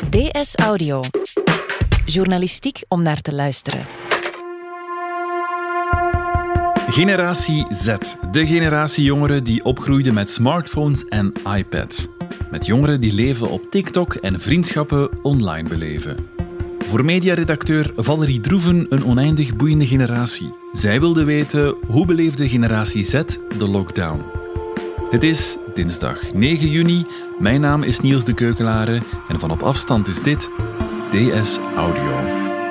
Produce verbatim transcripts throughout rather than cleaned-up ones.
D S Audio. Journalistiek om naar te luisteren. Generatie Z. De generatie jongeren die opgroeiden met smartphones en iPads. Met jongeren die leven op TikTok en vriendschappen online beleven. Voor mediaredacteur Valerie Droeven een oneindig boeiende generatie. Zij wilde weten hoe beleefde generatie Z de lockdown. Het is dinsdag negen juni. Mijn naam is Niels de Keukelare en van op afstand is dit D S Audio.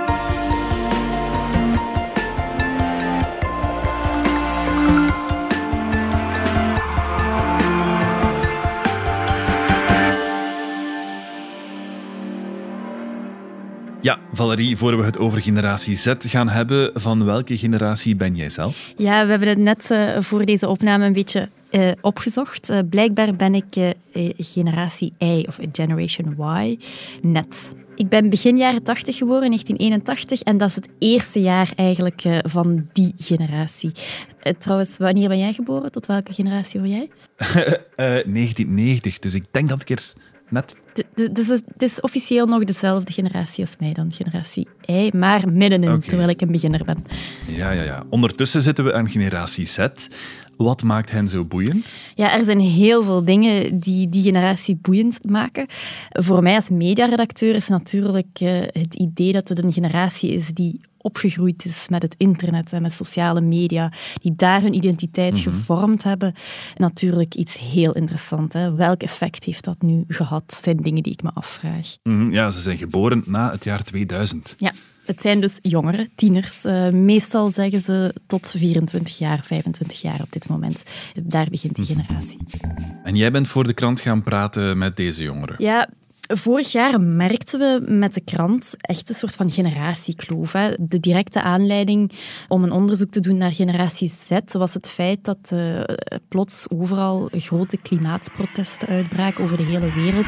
Ja, Valerie, voor we het over generatie Z gaan hebben, van welke generatie ben jij zelf? Ja, we hebben het net uh, voor deze opname een beetje uh, opgezocht. Uh, blijkbaar ben ik uh, generatie Y, of Generation Y, net. Ik ben begin jaren tachtig geboren, negentien eenentachtig, en dat is het eerste jaar eigenlijk uh, van die generatie. Uh, trouwens, wanneer ben jij geboren? Tot welke generatie hoor jij? uh, negentien negentig, dus ik denk dat ik er net... Dus het is officieel nog dezelfde generatie als mij dan, generatie Y, maar middenin, okay. Terwijl ik een beginner ben. Ja, ja, ja. Ondertussen zitten we aan generatie Z. Wat maakt hen zo boeiend? Ja, er zijn heel veel dingen die die generatie boeiend maken. Voor mij als mediaredacteur is natuurlijk uh, het idee dat het een generatie is die opgegroeid is met het internet en met sociale media, die daar hun identiteit mm-hmm. gevormd hebben. Natuurlijk iets heel interessants. Hè? Welk effect heeft dat nu gehad? Dat zijn dingen die ik me afvraag. Mm, ja, ze zijn geboren na het jaar tweeduizend. Ja. Het zijn dus jongeren, tieners. Uh, meestal zeggen ze tot vierentwintig jaar, vijfentwintig jaar op dit moment. Daar begint die generatie. En jij bent voor de krant gaan praten met deze jongeren? Ja. Vorig jaar merkten we met de krant echt een soort van generatiekloof. Hè. De directe aanleiding om een onderzoek te doen naar generatie Z was het feit dat uh, plots overal grote klimaatprotesten uitbraken over de hele wereld.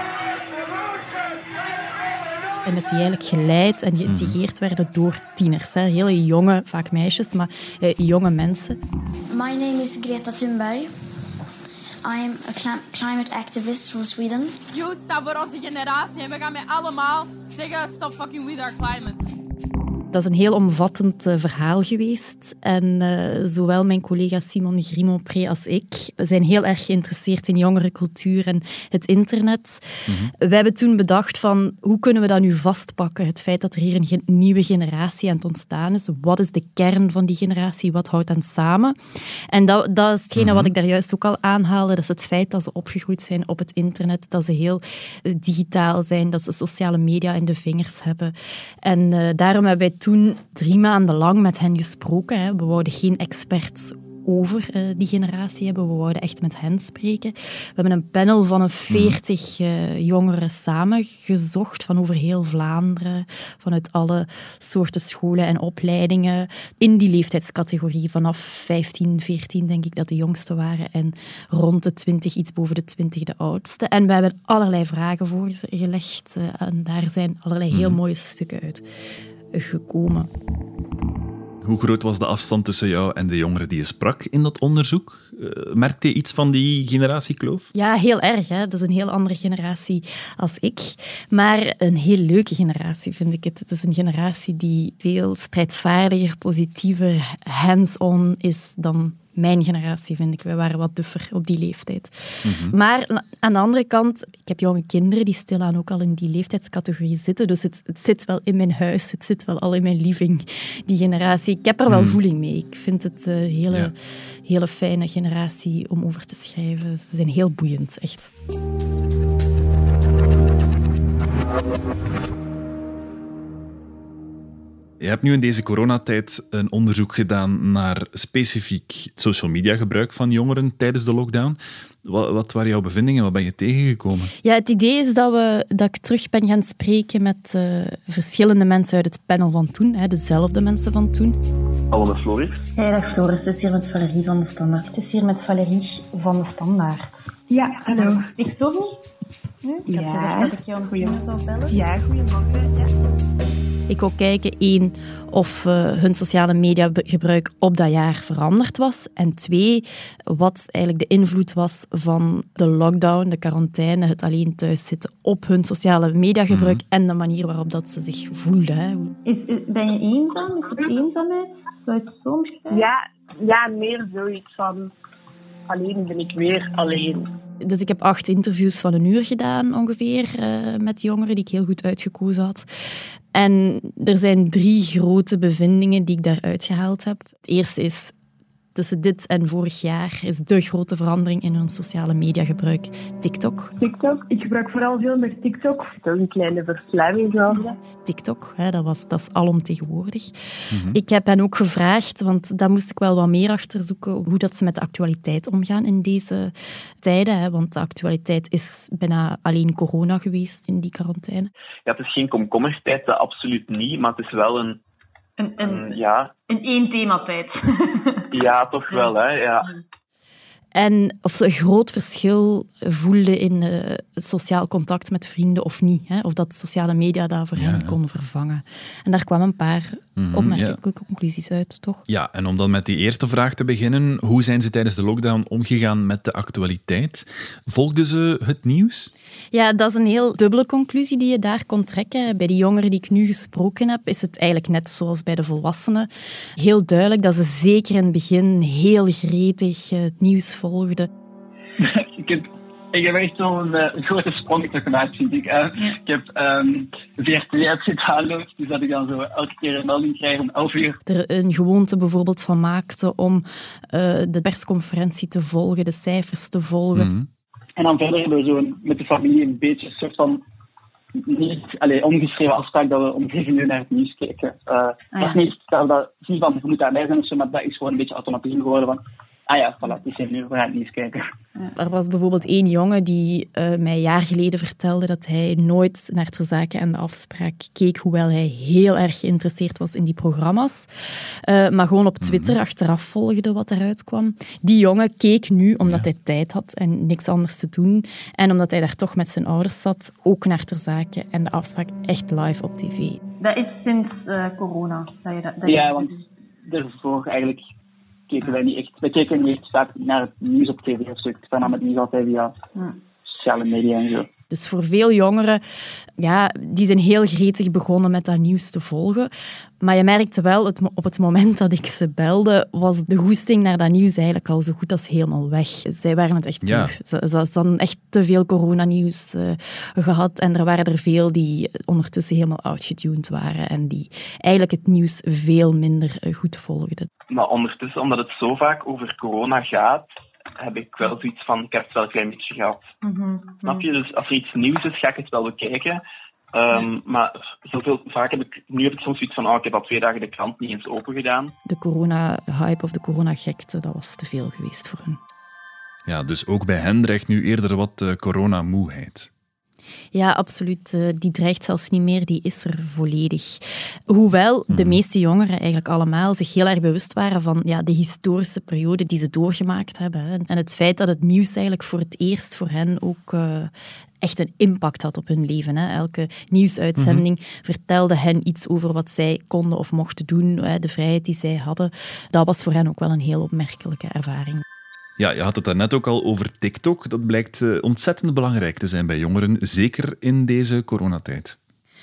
En dat die eigenlijk geleid en geïnstigeerd werden door tieners. Hè. Hele jonge, vaak meisjes, maar uh, jonge mensen. My name is Greta Thunberg. I am a cl- climate activist from Sweden. Youth staat voor onze generatie en we gaan met allemaal zeggen stop fucking with our climate. Dat is een heel omvattend uh, verhaal geweest. En uh, zowel mijn collega Simon Grimonpré als ik zijn heel erg geïnteresseerd in jongerencultuur en het internet. Mm-hmm. We hebben toen bedacht van hoe kunnen we dat nu vastpakken? Het feit dat er hier een ge- nieuwe generatie aan het ontstaan is. Wat is de kern van die generatie? Wat houdt hen samen? En dat, dat is hetgene mm-hmm. wat ik daar juist ook al aanhaalde. Dat is het feit dat ze opgegroeid zijn op het internet. Dat ze heel uh, digitaal zijn. Dat ze sociale media in de vingers hebben. En uh, daarom hebben wij toen drie maanden lang met hen gesproken. Hè. We wouden geen experts over uh, die generatie hebben. We wouden echt met hen spreken. We hebben een panel van een veertig uh, jongeren samengezocht van over heel Vlaanderen, vanuit alle soorten scholen en opleidingen, in die leeftijdscategorie vanaf vijftien, veertien denk ik dat de jongste waren en rond de twintig, iets boven de twintig de oudste. En we hebben allerlei vragen voorgelegd uh, en daar zijn allerlei heel mooie stukken uit gekomen. Hoe groot was de afstand tussen jou en de jongeren die je sprak in dat onderzoek? Uh, merkte je iets van die generatiekloof? Ja, heel erg. Hè? Dat is een heel andere generatie als ik. Maar een heel leuke generatie, vind ik het. Het is een generatie die veel strijdvaardiger, positiever, hands-on is dan mijn generatie, vind ik. We waren wat duffer op die leeftijd. Mm-hmm. Maar aan de andere kant, ik heb jonge kinderen die stilaan ook al in die leeftijdscategorie zitten. Dus het, het zit wel in mijn huis, het zit wel al in mijn living, die generatie. Ik heb er wel mm. voeling mee. Ik vind het een hele, ja. hele fijne generatie om over te schrijven. Ze zijn heel boeiend, echt. Je hebt nu in deze coronatijd een onderzoek gedaan naar specifiek social media gebruik van jongeren tijdens de lockdown. Wat, wat waren jouw bevindingen? Wat ben je tegengekomen? Ja, het idee is dat, we, dat ik terug ben gaan spreken met uh, verschillende mensen uit het panel van toen, hè, dezelfde mensen van toen. Hallo, met Floris. Hey, dag Floris, het is hier met Valerie van de Standaard. Het is hier met Valerie van de Standaard. Ja, hallo. Ik stoor niet? Hm? Ik ja. heb gezegd dat ik jou een goeiemorgen zou bellen. Ja, goeiemorgen. Ja. Ik wou kijken, één, of uh, hun sociale mediagebruik op dat jaar veranderd was. En twee, wat eigenlijk de invloed was van de lockdown, de quarantaine, het alleen thuis zitten op hun sociale mediagebruik mm. en de manier waarop dat ze zich voelden. Hè. Is, is, ben je eenzaam? Is het eenzaamheid? Zou je het zo omschrijven? Ja, ja, meer zoiets van alleen ben ik weer alleen. Dus ik heb acht interviews van een uur gedaan ongeveer uh, met jongeren die ik heel goed uitgekozen had. En er zijn drie grote bevindingen die ik daaruit gehaald heb. Het eerste is, tussen dit en vorig jaar is de grote verandering in hun sociale mediagebruik TikTok. TikTok? Ik gebruik vooral veel meer TikTok. Dat is een kleine verslaving geworden. TikTok, hè, dat, was, dat is alomtegenwoordig. Mm-hmm. Ik heb hen ook gevraagd, want daar moest ik wel wat meer achter zoeken, hoe dat ze met de actualiteit omgaan in deze tijden. Hè, want de actualiteit is bijna alleen corona geweest in die quarantaine. Ja, het is geen komkommertijd, dat absoluut niet, maar het is wel een... Een, een, een, ja. een één thematijd. Ja, toch wel, hè. Ja. En of ze een groot verschil voelden in uh, sociaal contact met vrienden of niet. Hè? Of dat sociale media dat voor ja, hen kon vervangen. En daar kwamen een paar mm-hmm, opmerkelijke ja. conclusies uit, toch? Ja, en om dan met die eerste vraag te beginnen. Hoe zijn ze tijdens de lockdown omgegaan met de actualiteit? Volgden ze het nieuws? Ja, dat is een heel dubbele conclusie die je daar kon trekken. Bij die jongeren die ik nu gesproken heb, is het eigenlijk net zoals bij de volwassenen. Heel duidelijk dat ze zeker in het begin heel gretig het nieuws volgden. ik, heb, ik heb echt zo'n uh, een grote sprong gemaakt, vind ik. Uh, ik heb um, V R T uitgedownload, dus dat ik dan zo elke keer een melding krijg om elf uur. Er een gewoonte bijvoorbeeld van maakte om uh, de persconferentie te volgen, de cijfers te volgen. Mm-hmm. En dan verder hebben we zo met de familie een beetje een soort van niet, allez, ongeschreven afspraak dat we om zeven uur naar het nieuws kijken. Uh, ah, ja. Dat is niet dat we dat zien van, we moeten daarbij zijn of zo, maar dat is gewoon een beetje automatisme geworden van ah ja, voilà, het is zeven uur, we gaan het nieuws kijken. Ja. Er was bijvoorbeeld één jongen die uh, mij een jaar geleden vertelde dat hij nooit naar Ter Zaken en de Afspraak keek, hoewel hij heel erg geïnteresseerd was in die programma's. Uh, maar gewoon op Twitter mm-hmm. achteraf volgde wat eruit kwam. Die jongen keek nu, omdat ja. hij tijd had en niks anders te doen. En omdat hij daar toch met zijn ouders zat, ook naar Ter Zaken en de Afspraak echt live op tv. Dat is sinds uh, corona. Dat je dat, dat ja, je... want daarvoor eigenlijk... keken wij niet echt, wij keken niet echt vaak naar het nieuws op tv of zo. Ik vernam het nieuws altijd via ja. sociale media en zo. Dus voor veel jongeren, ja, die zijn heel gretig begonnen met dat nieuws te volgen. Maar je merkte wel, het, op het moment dat ik ze belde, was de goesting naar dat nieuws eigenlijk al zo goed als helemaal weg. Zij waren het echt ja. Ze, ze hadden echt te veel coronanieuws uh, gehad. En er waren er veel die ondertussen helemaal outgetuned waren. En die eigenlijk het nieuws veel minder uh, goed volgden. Maar ondertussen, omdat het zo vaak over corona gaat, heb ik wel zoiets van, ik heb het wel een klein beetje gehad. Mm-hmm. Snap je? Dus als er iets nieuws is, ga ik het wel bekijken. Um, ja. Maar zoveel, vaak heb ik, nu heb ik soms zoiets van, oh, ik heb al twee dagen de krant niet eens open gedaan. De corona-hype of de coronagekte, dat was te veel geweest voor hen. Ja, dus ook bij hen dreigt nu eerder wat uh, coronamoeheid. Ja, absoluut. Die dreigt zelfs niet meer, die is er volledig. Hoewel de meeste jongeren eigenlijk allemaal zich heel erg bewust waren van ja, de historische periode die ze doorgemaakt hebben. En het feit dat het nieuws eigenlijk voor het eerst voor hen ook uh, echt een impact had op hun leven. Hè. Elke nieuwsuitzending mm-hmm. vertelde hen iets over wat zij konden of mochten doen, de vrijheid die zij hadden. Dat was voor hen ook wel een heel opmerkelijke ervaring. Ja, je had het daarnet ook al over TikTok. Dat blijkt uh, ontzettend belangrijk te zijn bij jongeren, zeker in deze coronatijd.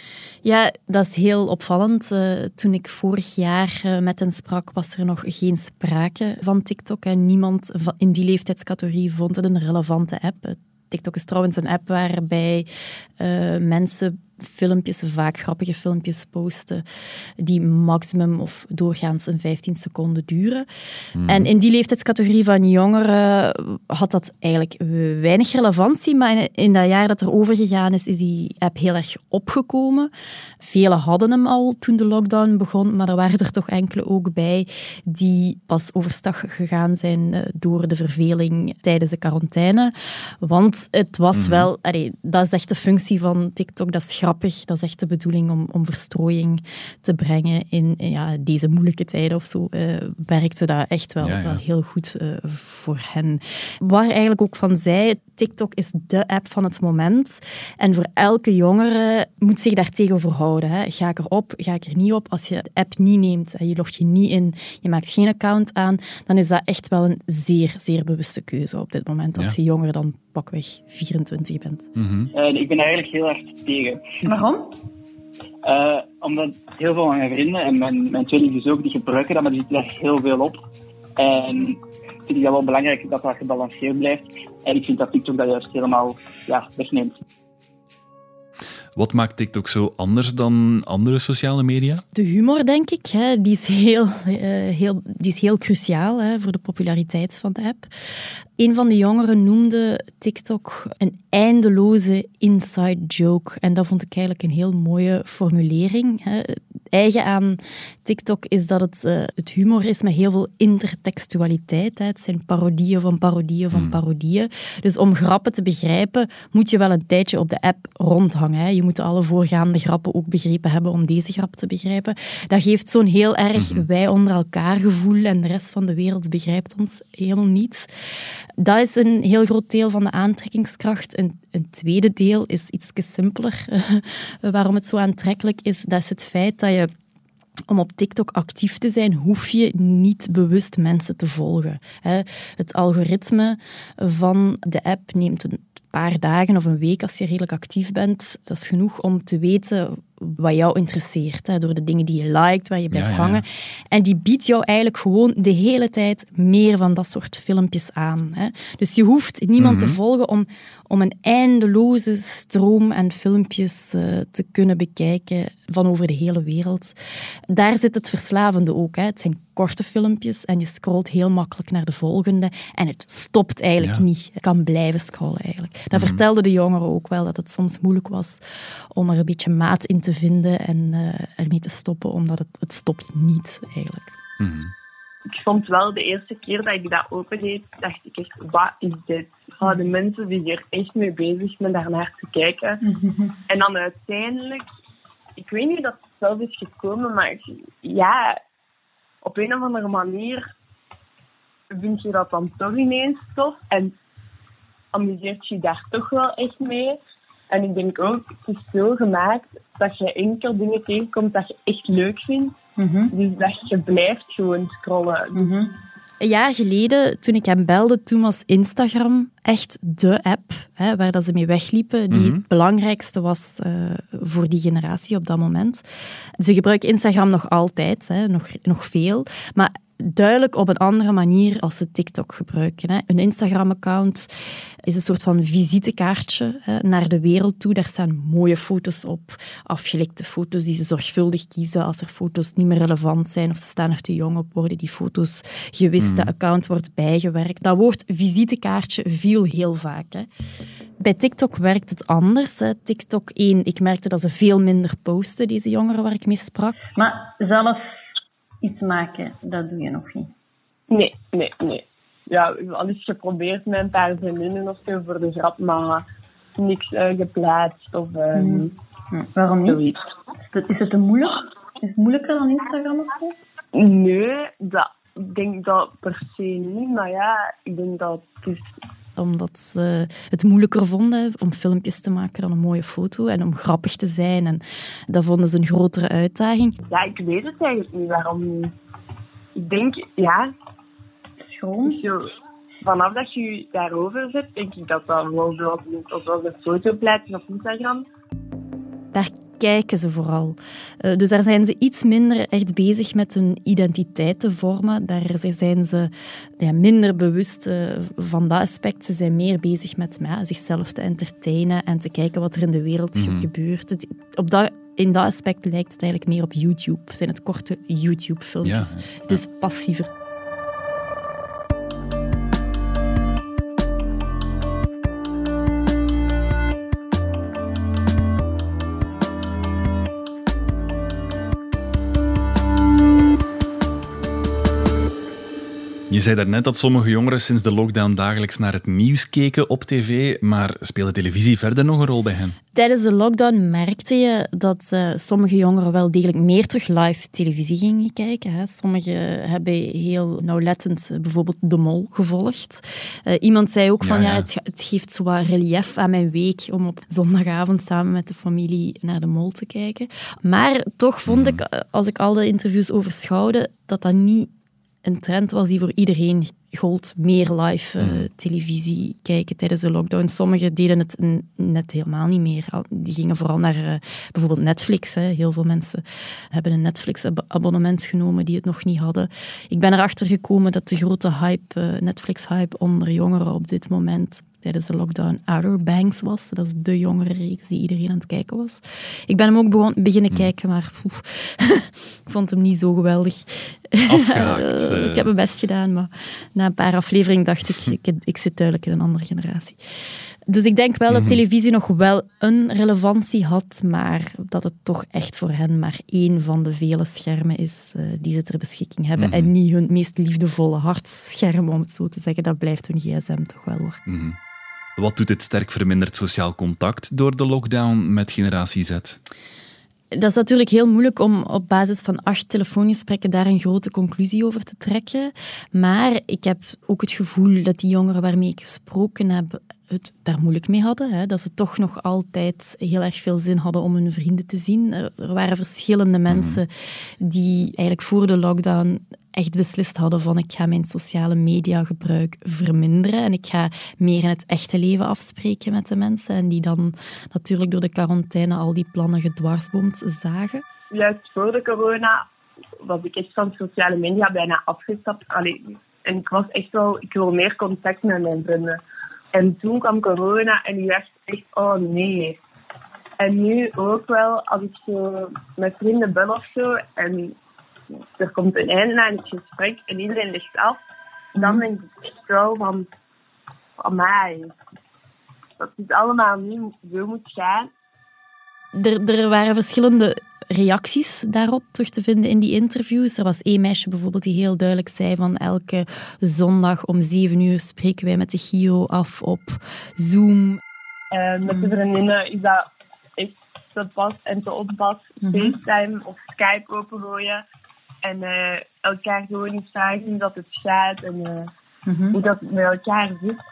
Ja, dat is heel opvallend. Uh, toen ik vorig jaar uh, met hen sprak, was er nog geen sprake van TikTok. En niemand in die leeftijdscategorie vond het een relevante app. TikTok is trouwens een app waarbij uh, mensen filmpjes, vaak grappige filmpjes posten, die maximum of doorgaans een vijftien seconden duren. Mm. En in die leeftijdscategorie van jongeren had dat eigenlijk weinig relevantie, maar in dat jaar dat er overgegaan is, is die app heel erg opgekomen. Velen hadden hem al toen de lockdown begon, maar er waren er toch enkele ook bij die pas overstag gegaan zijn door de verveling tijdens de quarantaine. Want het was mm-hmm. wel... Allee, dat is echt de functie van TikTok, dat is grappig. Dat is echt de bedoeling om, om verstrooiing te brengen in ja, deze moeilijke tijden of zo. Uh, werkte dat echt wel, ja, ja. wel heel goed uh, voor hen. Waar eigenlijk ook van zei, TikTok is de app van het moment. En voor elke jongere moet zich daar tegen verhouden. Hè. Ga ik erop, ga ik er niet op? Als je de app niet neemt, je logt je niet in, je maakt geen account aan, dan is dat echt wel een zeer, zeer bewuste keuze op dit moment. Als ja. je jonger dan pakweg vierentwintig bent. Mm-hmm. Uh, ik ben eigenlijk heel erg tegen. Waarom? Uh, omdat heel veel van mijn vrienden en mijn, mijn tweelingjes ook, die gebruiken dat, maar die zitten daar heel veel op. En vind ik dat wel belangrijk dat dat gebalanceerd blijft. En ik vind dat TikTok dat juist helemaal ja, wegneemt. Wat maakt TikTok zo anders dan andere sociale media? De humor, denk ik, hè, die, is heel, uh, heel, die is heel cruciaal hè, voor de populariteit van de app. Een van de jongeren noemde TikTok een eindeloze inside joke. En dat vond ik eigenlijk een heel mooie formulering. Hè. Eigen aan TikTok is dat het, uh, het humor is met heel veel intertextualiteit. Hè. Het zijn parodieën van parodieën van hmm. parodieën. Dus om grappen te begrijpen, moet je wel een tijdje op de app rondhangen. Hè. Je moet alle voorgaande grappen ook begrepen hebben om deze grap te begrijpen. Dat geeft zo'n heel erg hmm. wij onder elkaar gevoel en de rest van de wereld begrijpt ons helemaal niet. Dat is een heel groot deel van de aantrekkingskracht. Een, een tweede deel is iets simpeler. Waarom het zo aantrekkelijk is, dat is het feit dat je om op TikTok actief te zijn, hoef je niet bewust mensen te volgen. Het algoritme van de app neemt een paar dagen of een week als je redelijk actief bent. Dat is genoeg om te weten wat jou interesseert, hè, door de dingen die je liked, waar je blijft ja, ja, ja. hangen. En die biedt jou eigenlijk gewoon de hele tijd meer van dat soort filmpjes aan. Hè. Dus je hoeft niemand mm-hmm. te volgen om, om een eindeloze stroom aan filmpjes uh, te kunnen bekijken van over de hele wereld. Daar zit het verslavende ook. Hè. Het zijn korte filmpjes en je scrolt heel makkelijk naar de volgende en het stopt eigenlijk ja. niet. Je kan blijven scrollen eigenlijk. Dat mm-hmm. vertelden de jongeren ook wel, dat het soms moeilijk was om er een beetje maat in te vinden en uh, ermee te stoppen, omdat het, het stopt niet eigenlijk. Mm-hmm. Ik vond wel de eerste keer dat ik dat opendeed, dacht ik echt, wat is dit? Houden mensen zich hier echt mee bezig met daarnaar te kijken? Mm-hmm. En dan uiteindelijk, ik weet niet dat het zelf is gekomen, maar ja, op een of andere manier vind je dat dan toch ineens tof en amuseert je daar toch wel echt mee. En ik denk ook, het is zo gemaakt dat je enkel dingen tegenkomt dat je echt leuk vindt. Mm-hmm. Dus dat je blijft gewoon scrollen. Mm-hmm. Een jaar geleden, toen ik hem belde, toen was Instagram echt de app hè, waar dat ze mee wegliepen, die mm-hmm. het belangrijkste was uh, voor die generatie op dat moment. Ze gebruiken Instagram nog altijd, hè, nog, nog veel, maar duidelijk op een andere manier als ze TikTok gebruiken. Hè. Een Instagram-account is een soort van visitekaartje hè, naar de wereld toe. Daar staan mooie foto's op, afgelikte foto's die ze zorgvuldig kiezen als er foto's niet meer relevant zijn of ze staan er te jong op, worden die foto's gewist, mm. de account wordt bijgewerkt. Dat woord visitekaartje viel heel vaak. Hè. Bij TikTok werkt het anders. Hè. TikTok één, ik merkte dat ze veel minder posten, deze jongeren waar ik mee sprak. Maar zelf iets maken, dat doe je nog niet? Nee, nee, nee. Ja, al eens geprobeerd met een paar vriendinnen of zo voor de grap, maar niks uh, geplaatst of uh, hmm. Hm. Waarom niet? Zoiets. Is het, is het te moeilijk? Is het moeilijker dan Instagram of zo? Nee, dat, ik denk dat per se niet, maar ja, ik denk dat het is... Omdat ze het moeilijker vonden om filmpjes te maken dan een mooie foto en om grappig te zijn. En dat vonden ze een grotere uitdaging. Ja, ik weet het eigenlijk niet waarom niet. Ik denk, ja... Schoon. Zo, vanaf dat je je daarover zet, denk ik dat dat wel zoals, zoals een foto plaatsen op Instagram. Daar kijken ze vooral. Uh, dus daar zijn ze iets minder echt bezig met hun identiteit te vormen. Daar zijn ze ja, minder bewust uh, van dat aspect. Ze zijn meer bezig met ja, zichzelf te entertainen en te kijken wat er in de wereld mm-hmm. gebeurt. Het, op dat, in dat aspect lijkt het eigenlijk meer op YouTube. Zijn het korte YouTube-filmpjes. Ja, ja. Het is passiever. Je zei daarnet dat sommige jongeren sinds de lockdown dagelijks naar het nieuws keken op tv, maar speelde televisie verder nog een rol bij hen? Tijdens de lockdown merkte je dat uh, sommige jongeren wel degelijk meer terug live televisie gingen kijken. Hè. Sommigen hebben heel nauwlettend uh, bijvoorbeeld De Mol gevolgd. Uh, iemand zei ook van, ja, ja. ja het, het geeft zo wat relief aan mijn week om op zondagavond samen met de familie naar De Mol te kijken. Maar toch vond ik, als ik al de interviews overschouwde, dat dat niet een trend was die voor iedereen gold. Meer live uh, televisie kijken tijdens de lockdown. Sommigen deden het n- net helemaal niet meer. Die gingen vooral naar uh, bijvoorbeeld Netflix. Hè. Heel veel mensen hebben een Netflix-abonnement genomen die het nog niet hadden. Ik ben erachter gekomen dat de grote hype, uh, Netflix-hype onder jongeren op dit moment tijdens de lockdown Outer Banks was. Dat is de jongere reeks die iedereen aan het kijken was. Ik ben hem ook begon, beginnen mm. kijken, maar poeh, ik vond hem niet zo geweldig. Afgehaakt. uh, ik heb mijn best gedaan, maar na een paar afleveringen dacht ik, ik, ik zit duidelijk in een andere generatie. Dus ik denk wel dat televisie nog wel een relevantie had, maar dat het toch echt voor hen maar één van de vele schermen is uh, die ze ter beschikking hebben. Mm-hmm. En niet hun meest liefdevolle hartscherm, om het zo te zeggen. Dat blijft hun gsm toch wel, hoor. Mm-hmm. Wat doet het sterk verminderd sociaal contact door de lockdown met generatie Z? Dat is natuurlijk heel moeilijk om op basis van acht telefoongesprekken daar een grote conclusie over te trekken. Maar ik heb ook het gevoel dat die jongeren waarmee ik gesproken heb het daar moeilijk mee hadden. Hè? Dat ze toch nog altijd heel erg veel zin hadden om hun vrienden te zien. Er waren verschillende mensen die eigenlijk voor de lockdown echt beslist hadden van ik ga mijn sociale media gebruik verminderen en ik ga meer in het echte leven afspreken met de mensen en die dan natuurlijk door de quarantaine al die plannen gedwarsboomd zagen. Juist voor de corona was ik echt van sociale media bijna afgestapt. Allee, en ik was echt wel, ik wil meer contact met mijn vrienden. En toen kwam corona en ik dacht echt, oh nee. En nu ook wel, als ik zo met vrienden ben of zo en er komt een einde aan het gesprek en iedereen ligt af, dan denk ik echt wel van, van mij, dat het allemaal niet zo moet gaan. Er, er waren verschillende reacties daarop terug te vinden in die interviews. Er was één meisje bijvoorbeeld die heel duidelijk zei van elke zondag om zeven uur spreken wij met de Giro af op Zoom. Uh, met de vriendinnen is dat echt te pas en te onpas. Mm-hmm. FaceTime of Skype opengooien. En uh, elkaar gewoon eens vragen dat het gaat en uh, mm-hmm. hoe dat met elkaar zit.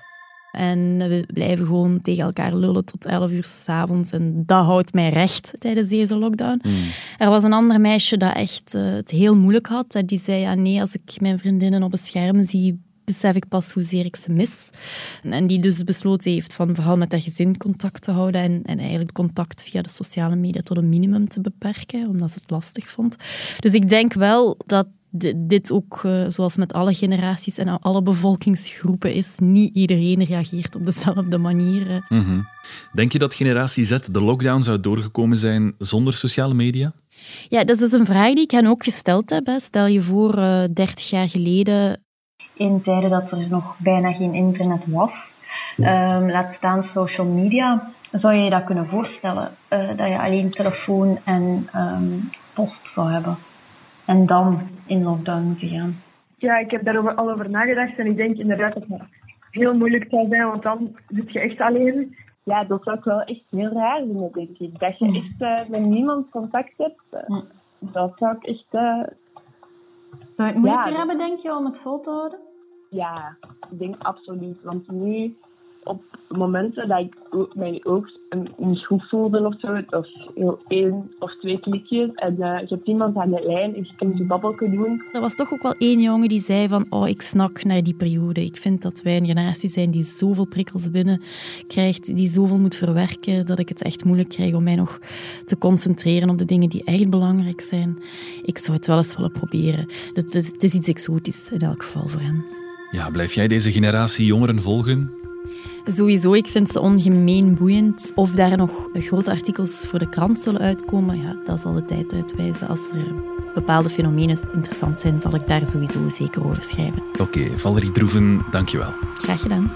En we blijven gewoon tegen elkaar lullen tot elf uur 's avonds. En dat houdt mij recht tijdens deze lockdown. Mm. Er was een ander meisje dat echt uh, het heel moeilijk had. Die zei, ja, nee, als ik mijn vriendinnen op een scherm zie, besef ik pas hoezeer ik ze mis. En die dus besloten heeft van vooral met haar gezin contact te houden en, en eigenlijk contact via de sociale media tot een minimum te beperken, omdat ze het lastig vond. Dus ik denk wel dat dit ook, zoals met alle generaties en alle bevolkingsgroepen is, niet iedereen reageert op dezelfde manier. Mm-hmm. Denk je dat generatie Z de lockdown zou doorgekomen zijn zonder sociale media? Ja, dat is dus een vraag die ik hen ook gesteld heb. Hè. Stel je voor, uh, dertig jaar geleden in tijden dat er nog bijna geen internet was, um, laat staan social media, zou je je dat kunnen voorstellen? Uh, dat je alleen telefoon en um, post zou hebben en dan in lockdown moeten gaan? Ja, ik heb daarover al over nagedacht en ik denk inderdaad dat het heel moeilijk zou zijn, want dan zit je echt alleen. Ja, dat zou ik wel echt heel raar vinden, denk ik. Dat je echt uh, met niemand contact hebt, uh, dat zou ik echt... Uh, Zou je het moeilijker ja, hebben, denk je, om het vol te houden? Ja, ik denk absoluut. Want nu, op momenten dat ik mijn oog niet goed voelde of zo, of één of twee klikjes, en uh, je hebt iemand aan de lijn en je kunt je babbelke doen. Er was toch ook wel één jongen die zei van, oh, ik snak naar die periode. Ik vind dat wij een generatie zijn die zoveel prikkels binnen krijgt, die zoveel moet verwerken, dat ik het echt moeilijk krijg om mij nog te concentreren op de dingen die echt belangrijk zijn. Ik zou het wel eens willen proberen. Het is, het is iets exotisch, in elk geval voor hen. Ja, blijf jij deze generatie jongeren volgen? Sowieso, ik vind ze ongemeen boeiend. Of daar nog grote artikels voor de krant zullen uitkomen, ja, dat zal de tijd uitwijzen. Als er bepaalde fenomenen interessant zijn, zal ik daar sowieso zeker over schrijven. Oké, okay, Valerie Droeven, dank je wel. Graag gedaan.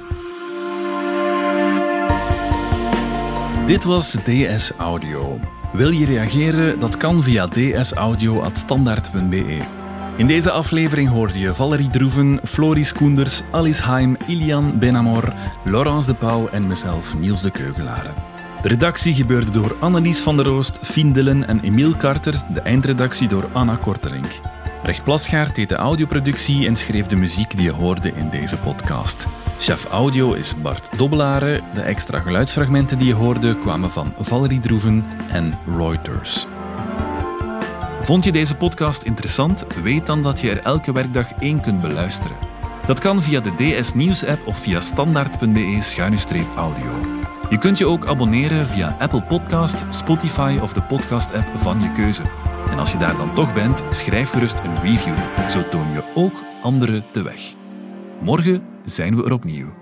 Dit was D S Audio. Wil je reageren? Dat kan via d s audio at standaard punt b e. In deze aflevering hoorde je Valerie Droeven, Floris Koenders, Alice Haim, Ilian Benamor, Laurence de Pauw en mezelf, Niels de Keugelare. De redactie gebeurde door Annelies van der Oost, Fien Dillen en Emiel Carter, de eindredactie door Anna Korterink. Brecht Plasgaard deed de audioproductie en schreef de muziek die je hoorde in deze podcast. Chef audio is Bart Dobbelare. De extra geluidsfragmenten die je hoorde kwamen van Valerie Droeven en Reuters. Vond je deze podcast interessant? Weet dan dat je er elke werkdag één kunt beluisteren. Dat kan via de D S Nieuws app of via standaard punt b e schuine streep audio. Je kunt je ook abonneren via Apple Podcast, Spotify of de podcast-app van je keuze. En als je daar dan toch bent, schrijf gerust een review. Zo toon je ook anderen de weg. Morgen zijn we er opnieuw.